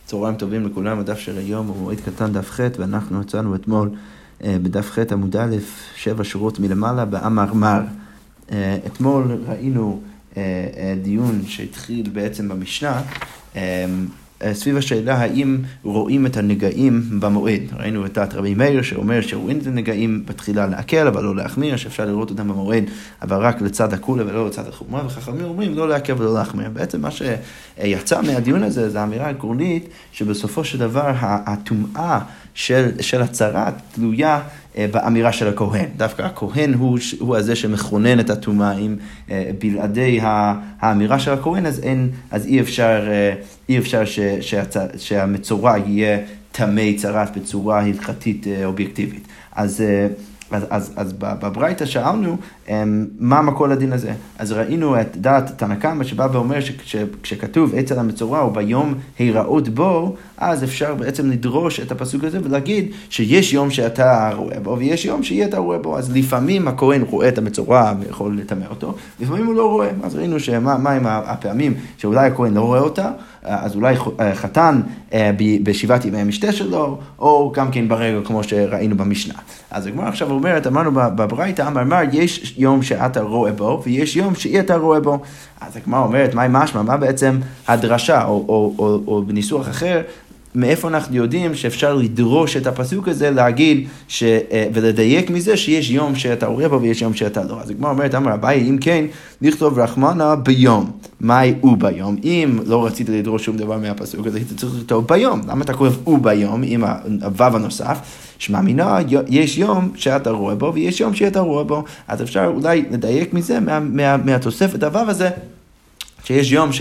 צהריים טובים לכולם, הדף של היום הוא מועד קטן דף ח' ואנחנו יצאנו אתמול בדף ח' עמוד א' 7 שורות מלמעלה באמר. אתמול ראינו דיון שהתחיל בעצם במשנה סביב השאלה האם רואים את הנגעים במועד. ראינו את רבי מאיר שאומר שרואים את הנגעים בתחילה להקל אבל לא להחמיר, שאפשר לראות אותם במועד אבל רק לצד הקולה ולא לצד החומרה, וחכמים אומרים לא להקל ולא להחמיר. בעצם מה שיצא מהדיון הזה זה אמירה עקרונית שבסופו של דבר הטומאה של הצרת תלויה באמירה של הכהן. דווקא הכהן הוא הזה שמכונן את הטומאה. אם בלעדי האמירה של הכהן אז אי אפשר שהמצורע יהיה טמא צרת בצורה הלכתית אובייקטיבית. אז בברייתא שאלנו מה מקור הדין הזה. אז ראינו את דעת תנא קמא שבא ואומר שכשכתוב אצל המצורע או ביום היראות בו, אז אפשר בעצם לדרוש את הפסוק הזה ולהגיד שיש יום שאתה רואה בו ויש יום שיהיה אתה רואה בו. אז לפעמים הכהן רואה את המצורע ויכול לטמא אותו, לפעמים הוא לא רואה. אז ראינו שמה עם הפעמים שאולי הכהן לא רואה אותה, אז אולי חתן בשבעת ימי המשתה שלו, או גם כן ברגע כמו שראינו במשנה. אז הגמרא עכשיו אומרת, אמרנו בברייתא, אמר יש יום שאתה רואה בו ויש יום שאי אתה רואה בו. אז הגמרא אומרת, מה משמע? מה בעצם הדרשה, או בניסוח אחר, מאיפה אנחנו יודעים שאפשר לדרוש את הפסוק הזה, להגיד ולדייק מזה שיש יום שאתה רואה בו ויש יום שאתה לא. אז הגמרא אומרת, אמר אביי, אם כן, לכתוב רחמנא ביום. מהי הוא ביום? אם לא רצית לדרוש שום דבר מהפסוק, אז היית צריך לכתוב ביום. למה אתה כותב הוא ביום עם הוו הנוסף? שמע מינה, יש יום שאתה רואה בו ויש יום שאתה רואה בו. אז אפשר אולי לדייק מזה מהתוספת הוו הזה, שיש יום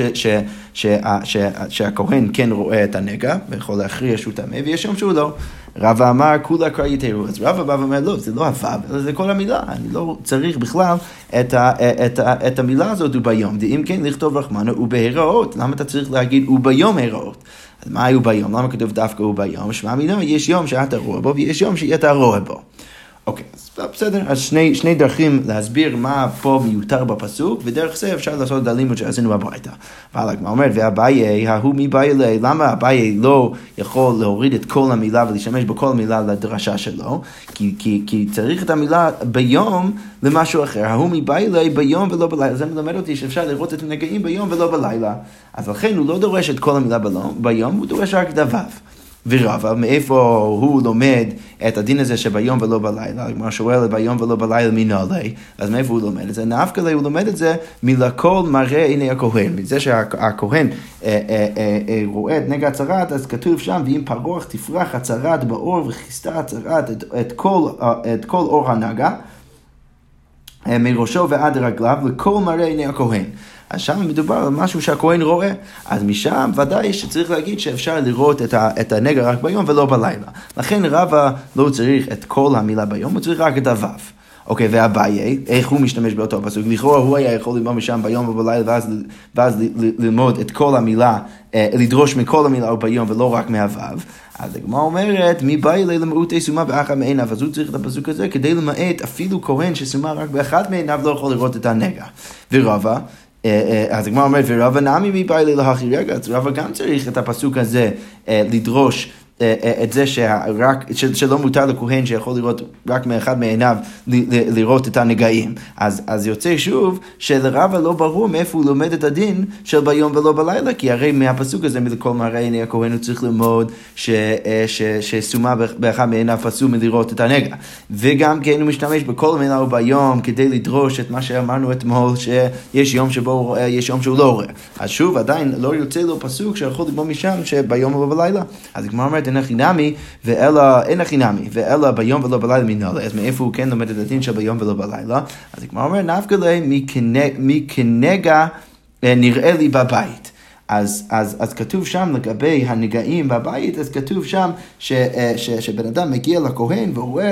שהכהן כן רואה את הנגע ויכול להכריע שהוא טמא, ויש יום שהוא לא. רבא אמר כולה קרא יתרו. אז רבא בא ואומר לא, זה לא הוו, אלא זה כל המילה. אני לא צריך בכלל את המילה הזאת וביום. אם כן לכתוב רחמנא ובהיראות. למה אתה צריך להגיד וביום היראות? אז מה הוא ביום? למה כתוב דווקא הוא ביום? שמע מינה, יש יום שאתה רואה בו ויש יום שאתה רואה בו. אוקיי, אז בסדר, אז שני דרכים להסביר מה פה מיותר בפסוק, ודרך זה אפשר לעשות את הלימוד שעשינו בברייתא. אבל מה אומר, ואביי, ההוא מבאי אלי, למה אביי לא יכול להוריד את כל המילה ולהשתמש בכל המילה לדרשה שלו? כי צריך את המילה ביום למשהו אחר. ההוא מבאי אלי ביום ולא בלילה. זה מלמד אותי שאפשר לראות את הנגעים ביום ולא בלילה. אז לכן הוא לא דורש את כל המילה ביום, הוא דורש רק את הוו. ורבא, מאיפה הוא לומד את הדין הזה שביום ולא בלילה? כמו שואל ביום ולא בלילה מנעלי, אז מאיפה הוא לומד את זה? נפקא הוא לומד את זה מלכל מראה עיני הכהן. מזה שהכהן רואה את נגע הצרת, אז כתוב שם, ואם פרוח תפרח הצרת באור וכיסתה הצרת את כל אור הנגע, מראשו ועד רגליו, לכל מראה עיני הכהן. אז שם מדובר על משהו שהכהן רואה, אז משם ודאי שצריך להגיד שאפשר לראות את הנגע רק ביום ולא בלילה. לכן רבא לא צריך את כל המילה ביום, הוא צריך רק את הוו. אוקיי, ואביי, איך הוא משתמש באותו הפסוק? לכאורה הוא היה יכול ללמוד משם ביום ובלילה, ואז ללמוד את כל המילה, לדרוש מכל המילה ביום ולא רק מהוו. אז הגמרא אומרת, מי בא אלי למעוטי סומה באחת מעיניו? אז הוא צריך את הפסוק הזה כדי למעט אפילו כהן שסומה רק באחת מעיניו לא יכול לראות את הנגע. ורבא, אז הגמרא אומרת, ורבא נמי מי בא אלי להכי רגע, אז רבא גם צריך את הפסוק הזה לדרוש את זה שלא מותר לכהן שיכול לראות רק מאחד מעיניו לראות את הנגעים. אז יוצא שוב שלרבא לא ברור מאיפה הוא לומד את הדין של ביום ולא בלילה, כי הרי מהפסוק הזה מלכל מראה עיני הכהן הוא צריך ללמוד שסומה באחד מעיניו פסול מלראות את הנגע. וגם כן הוא משתמש בכל מילה וביום כדי לדרוש את מה שאמרנו אתמול, שיש יום שבו הוא רואה, יש יום שהוא לא רואה. אז שוב עדיין לא יוצא לו פסוק שיכול ללמוד משם שביום ולא בלילה. אז כמו אומרת, אין החינמי ואלה ביום ולא בלילה מנעלי. אז מאיפה הוא כן לומד את הדין של ביום ולא בלילה? אז כמו אומר, נפקא ליה מכנגע נראה לי בבית. אז כתוב שם לגבי הנגעים בבית, אז כתוב שם שבן אדם מגיע לכהן והוא רואה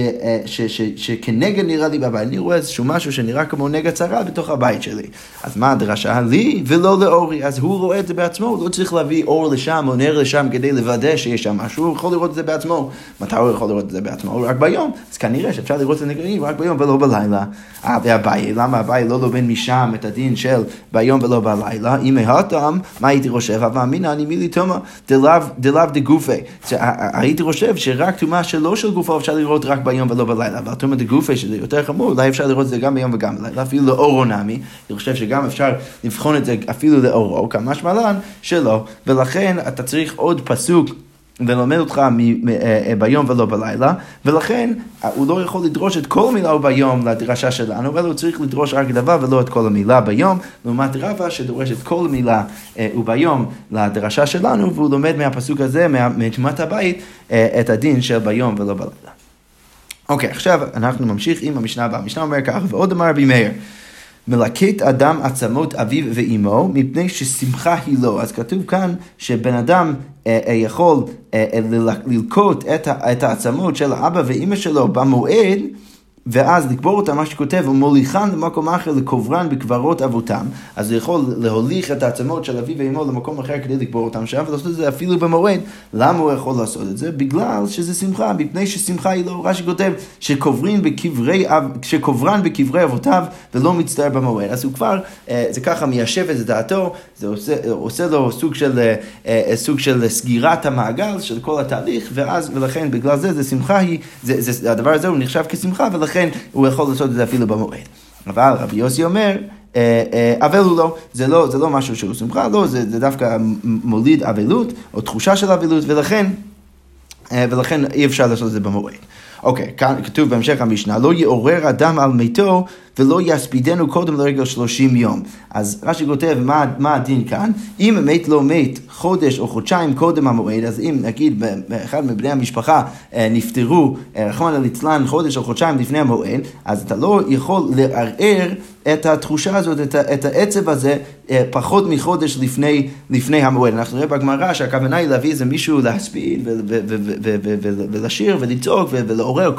שכנגע נראה לי בבית. אני רואה איזשהו משהו שנראה כמו נגע צרה בתוך הבית שלי. אז מה הדרשה? לי ולא לאורי. אז הוא רואה את זה בעצמו, הוא לא צריך להביא אור לשם או נר לשם כדי לוודא שיש שם משהו, הוא יכול לראות את זה בעצמו. מתי הוא יכול לראות את זה בעצמו? רק ביום. אז כנראה שאפשר לראות את הנגעים רק ביום ולא בלילה. והבעיה, למה הבעיה לא לומד משם את הדין של ביום ולא בלילה? אם ההתם ביום, מה הייתי חושב? אבל אמינא אני מילי תומא דלאו דגופי. הייתי חושב שרק תומה שלא של גופו אפשר לראות רק ביום ולא בלילה, אבל תומה דגופי שזה יותר חמור, אולי אפשר לראות את זה גם ביום וגם בלילה, אפילו לאורו נמי, אני חושב שגם אפשר לבחון את זה אפילו לאורו, כמשמע לן שלא, ולכן אתה צריך עוד פסוק ולומד אותך ביום ולא בלילה, ולכן הוא לא יכול לדרוש את כל המילה ביום לדרשה שלנו, אבל הוא צריך לדרוש רק דבר ולא את כל המילה ביום, לעומת רבא שדורש את כל המילה וביום לדרשה שלנו, והוא לומד מהפסוק הזה, מתומת הבית, את הדין של ביום ולא בלילה. אוקיי, עכשיו אנחנו ממשיך עם המשנה הבאה. המשנה אומר כך, ועוד אמר רבי מאיר, מלקט אדם עצמות אביו ואימו, מפני ששמחה היא לו. אז כתוב כאן שבן אדם יכול ללקוט את העצמות של האבא ואימא שלו במועד, ואז לקבור אותם, מה שכותב, ומוליכן למקום אחר לקוברן בקברות אבותם. אז הוא יכול להוליך את העצמות של אביו ואימו למקום אחר כדי לקבור אותם שם, ולעשות את זה אפילו במועד. למה הוא יכול לעשות את זה? בגלל שזה שמחה, מפני ששמחה היא לא, רש"י כותב, שקוברן בקברי אבותיו ולא מצטער במועד. אז הוא כבר, זה ככה מיישב את דעתו, זה עושה לו סוג של סגירת המעגל של כל התהליך, ולכן בגלל זה שמחה היא, הדבר הזה הוא נחשב כשמחה, ולכן הוא יכול לעשות את זה אפילו במועד. אבל רבי יוסי אומר, אבל הוא לא, זה לא משהו שהוא שמחה, לא, זה דווקא מוליד אבלות, או תחושה של אבלות, ולכן אי אפשר לעשות את זה במועד. אוקיי, כאן כתוב בהמשך המשנה, לא יעורר אדם על מיתו ולא יספידנו קודם לרגל 30 יום. אז רש"י כותב, מה הדין כאן? אם מת לא מת חודש או חודשיים קודם המועד, אז אם נגיד אחד מבני המשפחה נפטרו, רחמנא ליצלן, חודש או חודשיים לפני המועד, אז אתה לא יכול לערער את התחושה הזאת, את העצב הזה, פחות מחודש לפני המועד. אנחנו נראה בגמרא שהכוונה היא להביא איזה מישהו להספיד ולשיר ולצעוק ולעורר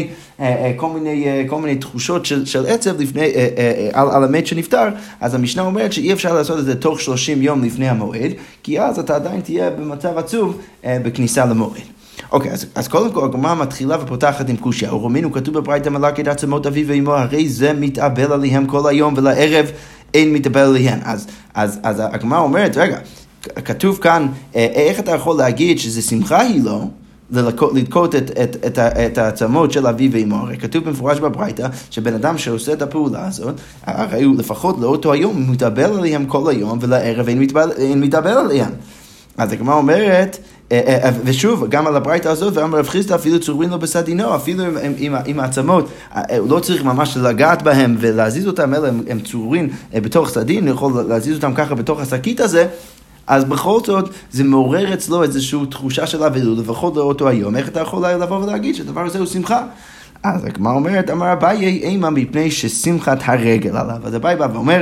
כל מיני תחושות של עצב על המת שנפטר. אז המשנה אומרת שאי אפשר לעשות את זה תוך 30 יום לפני המועד, כי אז אתה עדיין תהיה במצב עצוב בכניסה למועד. אוקיי, אז קודם כל הגמרא מתחילה ופותחת עם קושיה. ורומינו כתוב בברייתא מלקט עצמות אביו ואמו, הרי זה מתאבל עליהם כל היום ולערב אין מתאבל עליהם. אז הגמרא אומרת, רגע, כתוב כאן, איך אתה יכול להגיד שזה שמחה היא לא, לדקות את העצמות של אביו ואמו? הרי כתוב במפורש בברייתא שבן אדם שעושה את הפעולה הזאת, הרי הוא לפחות לאותו היום מתאבל עליהם כל היום ולערב אין מתאבל עליהם. אז הגמרא אומרת, ושוב, גם על הברייתא הזאת, ואמר רב חיסדא אפילו צורין לו בסדינו, אפילו עם העצמות, הוא לא צריך ממש לגעת בהם ולהזיז אותם, אלא הם צורין בתוך סדין, הוא יכול להזיז אותם ככה בתוך השקית הזה, אז בכל זאת זה מעורר אצלו איזושהי תחושה של אבלות, לפחות לאותו היום. איך אתה יכול לבוא ולהגיד שהדבר הזה הוא שמחה? אז הגמרא אומרת, אמר אביי אימה מפני ששמחת הרגל עליו. אז אביי בא ואומר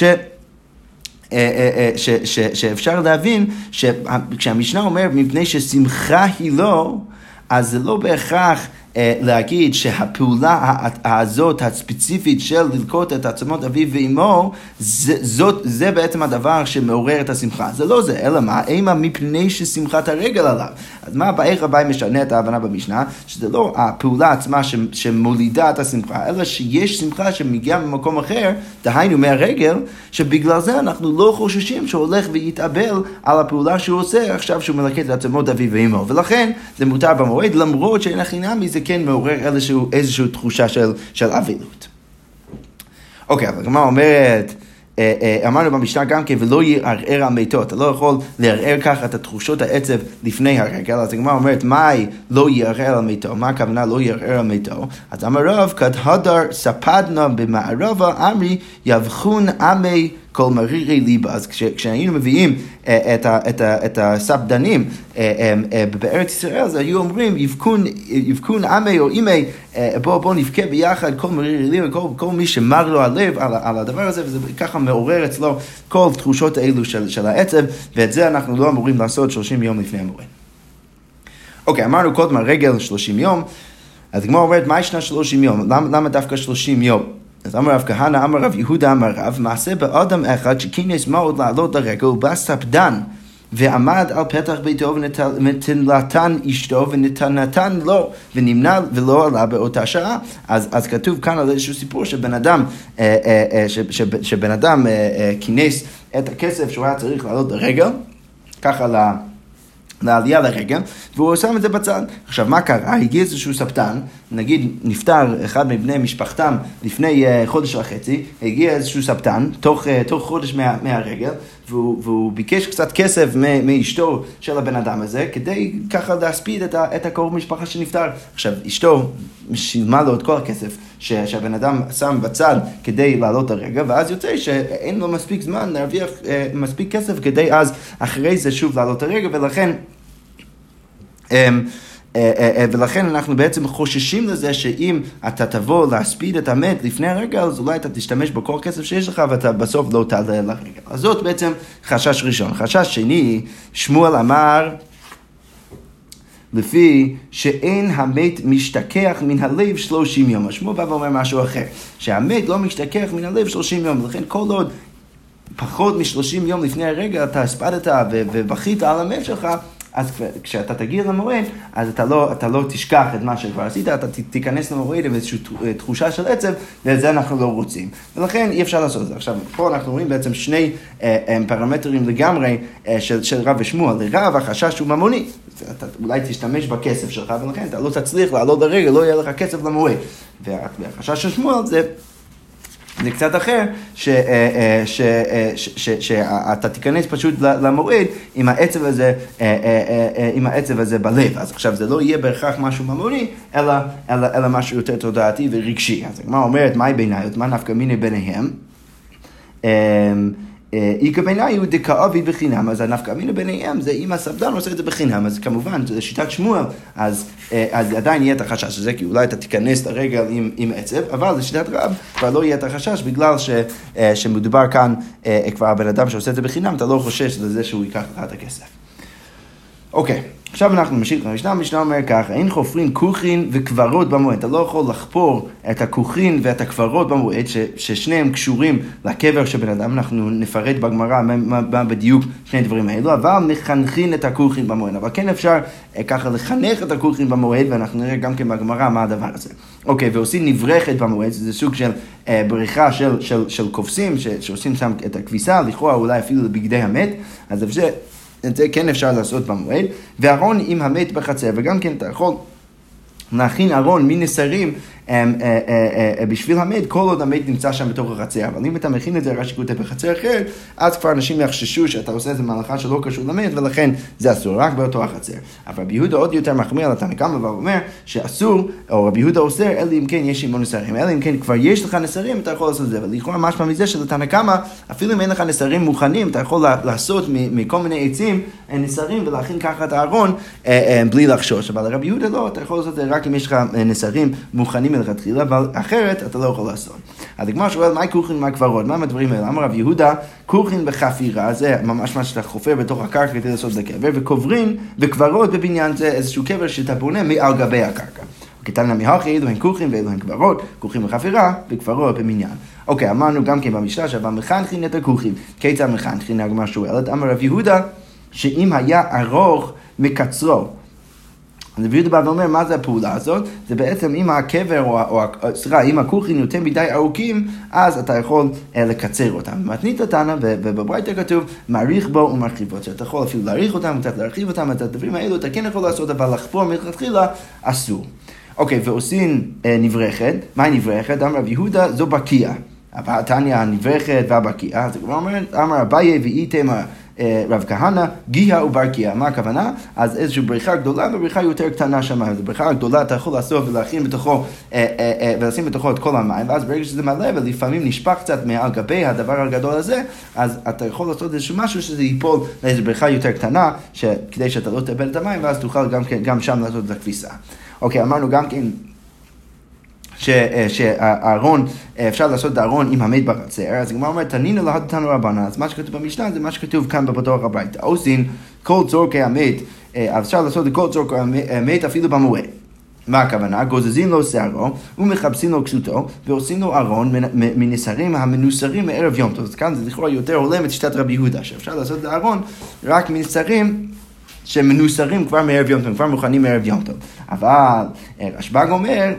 שאפשר להבין שכשהמשנה אומר מפני ששמחה היא לא, אז זה לא בהכרח להגיד שהפעולה הזאת הספציפית של ללקוט את עצמות אביו ואמו, זה בעצם הדבר שמעורר את השמחה. זה לא זה, אלא מה? אימה מפני ששמחת הרגל עליו. אז מה, איך רבי משנה את ההבנה במשנה? שזה לא הפעולה עצמה שמולידה את השמחה, אלא שיש שמחה שמגיעה ממקום אחר, דהיינו מהרגל, שבגלל זה אנחנו לא חוששים שהוא הולך ויתאבל על הפעולה שהוא עושה עכשיו שהוא מלקט את עצמות אביו ואמו. ולכן זה מותר במועד, למרות שאין חינמי זה כן מעורר איזושהי תחושה של אבלות. אוקיי, אבל הגמרא אומרת, אמרנו במשנה גם כן, ולא יערער על מיתו, אתה לא יכול לערער ככה את התחושות העצב לפני הרגל. אז הגמרא אומרת, מהי לא יערער על מיתו? מה הכוונה לא יערער על מיתו? אז אמר רב, כד הדר ספדנה במערבה, אמרי יבחון עמי כל מרירי ליבה. אז כשהיינו מביאים את הספדנים בארץ ישראל, אז היו אומרים, יבכון עמי או אימי, בוא נבכה ביחד כל מרירי ליבה, כל מי שמר לו הלב על הדבר הזה, וזה ככה מעורר אצלו כל תחושות האלו של העצב, ואת זה אנחנו לא אמורים לעשות 30 יום לפני המועד. אוקיי, אמרנו קודם הרגל 30 יום, אז הגמרא אומרת, מה ישנה 30 יום? למה דווקא 30 יום? אז אמר רב כהנא, אמר רב יהודה, אמר רב, מעשה באדם אחד שכינס מאוד לעלות לרגל, ובא ספדן ועמד על פתח ביתו ונתנתן אשתו ונתנתן לו, ונמנע ולא עלה באותה שעה. אז כתוב כאן על איזשהו סיפור שבן אדם כינס את הכסף שהוא היה צריך לעלות לרגל, ככה לעלייה לרגל, והוא שם את זה בצד. עכשיו, מה קרה? הגיע איזשהו ספטן, נגיד נפטר אחד מבני משפחתם לפני חודש וחצי, הגיע איזשהו ספטן, תוך חודש מהרגל, והוא ביקש קצת כסף מאשתו של הבן אדם הזה, כדי ככה להספיד את הקרוב משפחה שנפטר. עכשיו, אשתו שילמה לו את כל הכסף שהבן אדם שם בצד כדי לעלות הרגע, ואז יוצא שאין לו מספיק זמן להרוויח מספיק כסף כדי אז אחרי זה שוב לעלות הרגע, ולכן אנחנו בעצם חוששים לזה שאם אתה תבוא להספיד את המת לפני הרגע, אז אולי אתה תשתמש בכל כסף שיש לך ואתה בסוף לא תעלה לרגע. אז זאת בעצם חשש ראשון. חשש שני, שמואל אמר, לפי שאין המת משתכח מן הלב 30 יום. שמואל בא ואומר משהו אחר, שהמת לא משתכח מן הלב 30 יום, לכן כל עוד פחות מ-30 יום לפני הרגע אתה הספדת ובכית על המת שלך, אז כשאתה תגיע למועד, אז אתה לא תשכח את מה שכבר עשית, אתה תיכנס למועד עם איזושהי תחושה של עצב, ואת זה אנחנו לא רוצים. ולכן אי אפשר לעשות את זה. עכשיו, פה אנחנו רואים בעצם שני פרמטרים לגמרי של רב ושמואל. לרב, החשש הוא ממוני. אתה אולי תשתמש בכסף שלך, ולכן אתה לא תצליח לעלות לרגע, לא יהיה לך כסף למועד. והחשש של שמואל זה קצת אחר, שאתה תיכנס פשוט למועד עם העצב הזה בלב. אז עכשיו זה לא יהיה בהכרח משהו ממוני, אלא משהו יותר תודעתי ורגשי. אז הגמרא אומרת, מהי בעיניות? מה נפקא מיני ביניהם? איקא בעיניי הוא דכאבי בחינם, אז הנפקא מינה ביניהם זה אם הספדן עושה את זה בחינם, אז כמובן, זה שיטת שמואל, אז עדיין יהיה את החשש הזה, כי אולי אתה תיכנס לרגל עם עצב, אבל לשיטת רב כבר לא יהיה את החשש, בגלל שמדובר כאן כבר הבן אדם שעושה את זה בחינם, אתה לא חושש לזה שהוא ייקח לך את הכסף. אוקיי. עכשיו אנחנו נמשיך למשנה, המשנה אומר ככה, אין חופרים כוכין וכברות במועד. אתה לא יכול לחפור את הכוכין ואת הכברות במועד, ששניהם קשורים לקבר של בן אדם. אנחנו נפרט בגמרא מה בדיוק שני דברים האלו, אבל מחנכין את הכוכין במועד. אבל כן אפשר ככה לחנך את הכוכין במועד, ואנחנו נראה גם כן בגמרא מה הדבר הזה. אוקיי, ועושים נברכת במועד, זה סוג של בריחה של כובסים, שעושים שם את הכביסה, לכאורה אולי אפילו בגדי המת, אז את זה כן אפשר לעשות במועד, וארון עם המת בחצר, וגם כן אתה יכול להכין ארון מנסרים בשביל המת, כל עוד המת נמצא שם בתוך החצר. אבל אם אתה מכין את זה, רש"י כותב בחצר אחר, אז כבר אנשים יחששו שאתה עושה את זה מהלכה שלא קשור למת, ולכן זה אסור, רק באותו החצר. אבל רבי יהודה עוד יותר מחמיר על התנא קמא, ואומר שאסור, או רבי יהודה אוסר, אלא אם כן יש עמו נסרים. אלא אם כן כבר יש לך נסרים, אתה יכול לעשות את זה. ולכאורה משמע מזה שלתנא קמא, אפילו אם אין לך נסרים מוכנים, אתה יכול לעשות מכל מיני עצים נסרים, ולהכין ככה את הארון בלי לחשוש. אבל רבי יהודה לא, אתה יכול לעשות את זה רק אם יש לך נסרים מוכנים מלכתחילה, אבל אחרת אתה לא יכול לעשות. אז הגמרא שואל, מה כוכין, מה כברות? מה הדברים האלה? אמר רב יהודה, כוכין בחפירה, זה ממש מה שאתה חופר בתוך הקרקע כדי לעשות את הקבר, וכוברין וכברות בבניין, זה איזשהו קבר שאתה בונה מעל גבי הקרקע. כתנא מהכי, אלו הן כוכין ואלו הן כברות, כוכין בחפירה וכברות בבניין. אוקיי, אמרנו גם כן במשנה שהבא מחנכין את הכוכין. כיצד מחנכין? הגמרא שואלת, אמר רב יהודה, שאם היה ארוך מקצרו, אז רבי יהודה בא ואומר, מה זה הפעולה הזאת? זה בעצם אם הקבר, אם הכוכין יותר מדי ארוכים, אז אתה יכול לקצר אותם. מתנית לתנא, ובברייתא כתוב, מעריך בו ומרחיב בו. אתה יכול אפילו להעריך אותם, קצת להרחיב אותם, את הדברים האלו אתה כן יכול לעשות, אבל לחפור מלכתחילה אסור. אוקיי, ועושים נברכת. מהי נברכת? אמר רבי יהודה, זו בקיעה. תניא הנברכת והבקיעה. אז הוא אומר, אמר אביי ואיתם רב כהנא, גיהה וברקיעה. מה הכוונה? אז איזושהי בריכה גדולה ובריכה יותר קטנה שם. אז בריכה גדולה אתה יכול לעשות ולהכין בתוכו, ולשים בתוכו את כל המים, ואז ברגע שזה מלא ולפעמים נשפך קצת מעל גבי הדבר הגדול הזה, אז אתה יכול לעשות איזשהו משהו שזה ייפול לאיזו בריכה יותר קטנה, כדי שאתה לא תאבד את המים, ואז תוכל גם שם לעשות את הכביסה. אוקיי, אמרנו גם כן, שהארון, אפשר לעשות את הארון עם המת בחצר, אז הגמרא אומרת, תנינו להדתנו רבנן, אז מה שכתוב במשנה זה מה שכתוב כאן בפתוח הברייתא. עושים כל צורכי המת, אפשר לעשות את כל צורכי המת אפילו במועד. מה הכוונה? גוזזים לו שערו ומחפשים לו כסותו ועושים לו ארון מנסרים המנוסרים מערב יום טוב. אז כאן זה לכאורה יותר הולם את שיטת רבי יהודה, שאפשר לעשות את הארון רק מנסרים שמנוסרים כבר מערב יום טוב, כבר מוכנים מערב יום טוב. אבל רשב"ג אומר,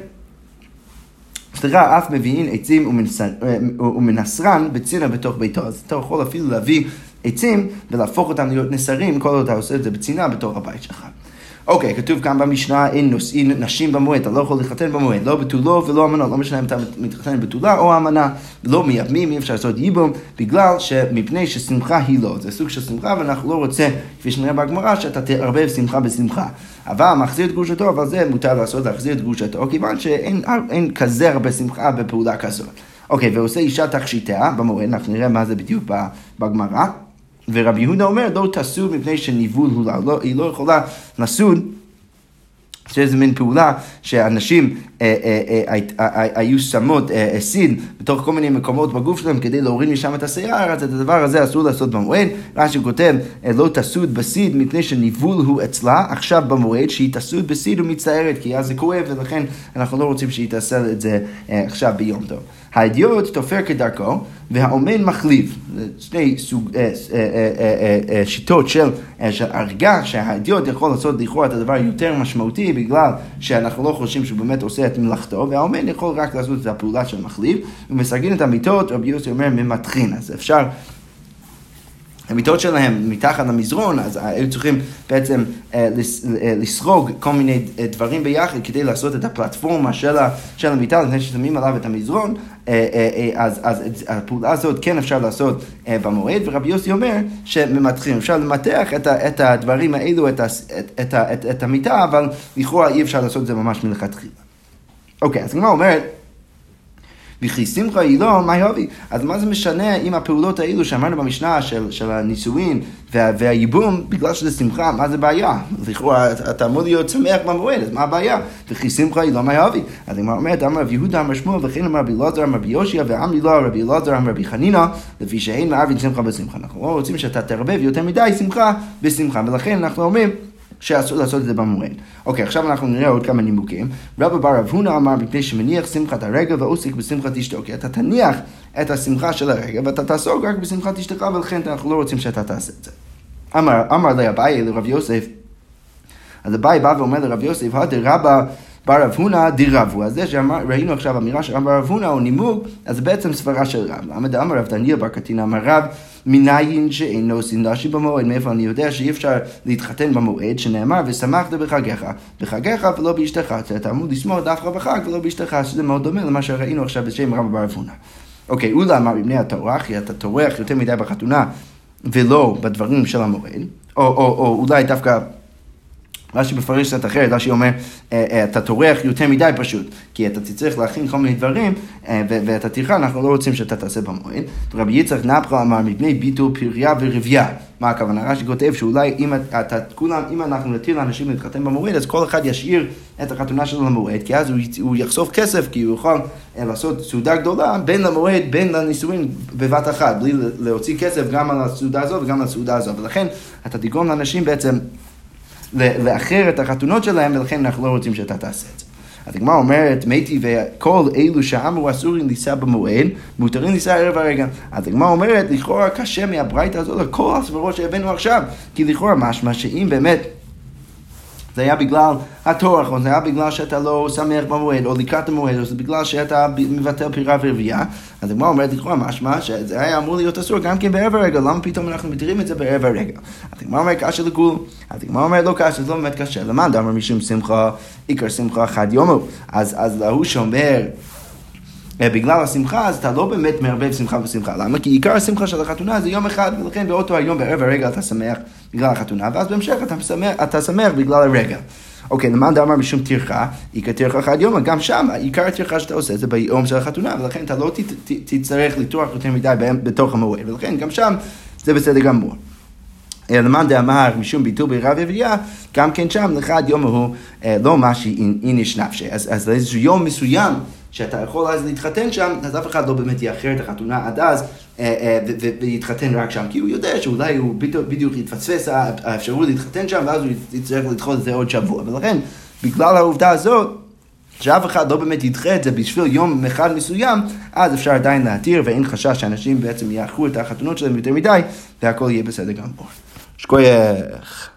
אף מביאים עצים ומנסרן בצינה בתוך ביתו. אז אתה יכול אפילו להביא עצים ולהפוך אותם להיות נסרים, כל עוד אתה עושה את זה בצינה בתוך הבית שלך. אוקיי, כתוב כאן במשנה, אין נושאים נשים במועד, אתה לא יכול להתחתן במועד, לא בתולו ולא אמנות, לא משנה אם אתה מתחתן בתולה או אמנה, ולא מייבמים, אי אפשר לעשות ייבום, בגלל שמפני ששמחה היא לא, זה סוג של שמחה, ואנחנו לא רוצה, כפי שנראה בגמרא, שאתה תערבב שמחה בשמחה. אבל מחזיר את גרושתו, אבל זה מותר לעשות, להחזיר את גרושתו, כיוון שאין כזה הרבה שמחה בפעולה כזאת. אוקיי, ועושה אישה תכשיטיה במועד, אנחנו נראה מה זה בדיוק בגמרא. ורבי יהודה אומר, לא תסוד מפני שניבול הוא לה, היא לא יכולה לסוד, שזה מין פעולה שאנשים היו שמות סיד בתוך כל מיני מקומות בגוף שלהם כדי להוריד משם את השיער, אז את הדבר הזה אסור לעשות במועד. רש"י כותב, לא תסוד בסיד מפני שניבול הוא אצלה, עכשיו במועד שהיא תסוד בסיד ומצטערת, כי אז זה כואב, ולכן אנחנו לא רוצים שהיא תעשה את זה עכשיו ביום טוב. האידיוט תופר כדרכו, והאומן מחליף. שני שיטות של הרגה, שהאידיוט יכול לעשות לכאורה את הדבר יותר משמעותי, בגלל שאנחנו לא חושבים שהוא באמת עושה את מלאכתו, והאומן יכול רק לעשות את הפעולה של מחליף, ומסגין את המיטות, רבי יוסי אומר, ממתחין. אז אפשר, המיטות שלהם מתחת למזרון, אז היו צריכים בעצם לסרוג כל מיני דברים ביחד כדי לעשות את הפלטפורמה של המיטה, לפני ששמים עליו את המזרון, אז הפעולה הזאת כן אפשר לעשות במועד, ורבי יוסי אומר שממתחים, אפשר למתח את הדברים האלו, את המיטה, אבל לכאורה אי אפשר לעשות את זה ממש מלכתחילה. אוקיי, אז הגמרא אומרת, וכי שמחה היא לא, מה יביא? אז מה זה משנה אם הפעולות האלו שאמרנו במשנה של הנישואין והייבום, בגלל שזה שמחה, מה זה בעיה? לכאורה אתה אמור להיות שמח במועד, אז מה הבעיה? וכי שמחה היא לא, מה יביא? אז אני אומרת, אמר רבי יהודה אמר שמואל, וכן אמר רבי אלעזר אמר רבי יושע, ועמי לא רבי אלעזר אמר רבי חנינא, לפי שאין מערבין שמחה בשמחה. אנחנו לא רוצים שאתה תערבב יותר מדי שמחה בשמחה, ולכן אנחנו אומרים שאסור לעשות את זה במועד. אוקיי, עכשיו אנחנו נראה עוד כמה נימוקים. רבא בר רב הונא אמר, מפני שמניח שמחת הרגל ועוסק בשמחת אשתו. כי אתה תניח את השמחה של הרגל, ואתה תעסוק רק בשמחת אשתך, ולכן אנחנו לא רוצים שאתה תעשה את זה. אמר לי אביי לרב יוסף, אז אביי בא ואומר לרב יוסף, רבא בר רב הונא דירבו. אז זה שראינו עכשיו אמירה של רב הונא הוא נימוק, אז בעצם סברה של רב. אמר רב דניאל בר קטינא אמר רב, מניין שאינו עושים נשים במועד, מאיפה אני יודע שאי אפשר להתחתן במועד, שנאמר ושמחת בחגיך ולא באשתך. אתה אמור לשמוח דווקא בחג ולא באשתך, שזה מאוד דומה למה שראינו עכשיו בשם רבא בר רב הונא. אוקיי, אולי אמר מבני הטורח, כי אתה טורח יותר מדי בחתונה ולא בדברים של המועד, או אולי דווקא רש"י מפרש קצת אחרת, רש"י אומר, אתה טורח יותר מדי פשוט, כי אתה תצטרך להכין כל מיני דברים, ואתה תראה, אנחנו לא רוצים שאתה תעשה במועד. רבי יצחק נפחא אמר, מפני ביטול פריה ורבייה. מה הכוונה? רש"י כותב שאולי אם אנחנו נתיר לאנשים להתחתן במועד, אז כל אחד ישאיר את החתונה שלו למועד, כי אז הוא יחסוך כסף, כי הוא יכול לעשות סעודה גדולה בין למועד, בין לנישואין בבת אחת, בלי להוציא כסף גם על הסעודה הזו וגם על הסעודה הזו. ולכן אתה תגרום לאנשים בעצם לאחר את החתונות שלהם, ולכן אנחנו לא רוצים שאתה תעשה את זה. אז הגמרא אומרת, מתי וכל אלו שאמרו אסורים לישא במועד, מותרים לישא ערב הרגע. אז הגמרא אומרת, לכאורה קשה מהברייתא הזאת לכל הסברות שהבאנו עכשיו, כי לכאורה משמע שאם באמת זה היה בגלל התורח, או זה היה בגלל שאתה לא שמח במועד, או לקראת המועד, או זה בגלל שאתה מבטל פירה ורבייה, אז הגמרא אומרת לכאורה משמע שזה היה אמור להיות אסור גם כן בערב הרגע, למה פתאום אנחנו מתירים את זה בערב הרגע? אז הגמרא אומרת קשה לכול, אז הגמרא אומרת לא קשה, זה לא באמת קשה, למה דאמר משום שמחה, עיקר שמחה חד יומו, אז להוא שאומר, בגלל השמחה, אז אתה לא באמת מערבב שמחה ושמחה. למה? כי עיקר השמחה של החתונה זה יום אחד, ולכן באותו היום בערב הרגע אתה שמח בגלל החתונה, ואז בהמשך אתה שמח בגלל הרגע. אוקיי, למען דאמר משום טרחה, עיקר טרחה חד יום, גם שם, עיקר הטרחה שאתה עושה זה ביום של החתונה, ולכן אתה לא תצטרך לטרוח יותר מדי בתוך המועד, ולכן גם שם זה בסדר גמור. למען דאמר משום ביטול פרייה ורבייה, גם כן שם לחד יום הוא לא משהי איניש נפשי. אז איזשהו יום מסוים שאתה יכול אז להתחתן שם, אז אף אחד לא באמת יאחר את החתונה עד אז, ויתחתן רק שם, כי הוא יודע שאולי הוא בדיוק יתפספס האפשרות להתחתן שם, ואז הוא יצטרך לדחות את זה עוד שבוע. ולכן בגלל העובדה הזאת, שאף אחד לא באמת ידחה את זה בשביל יום אחד מסוים, אז אפשר עדיין להתיר, ואין חשש שאנשים בעצם יאחרו את החתונות שלהם יותר מדי, והכל יהיה בסדר גמור. שכוייך.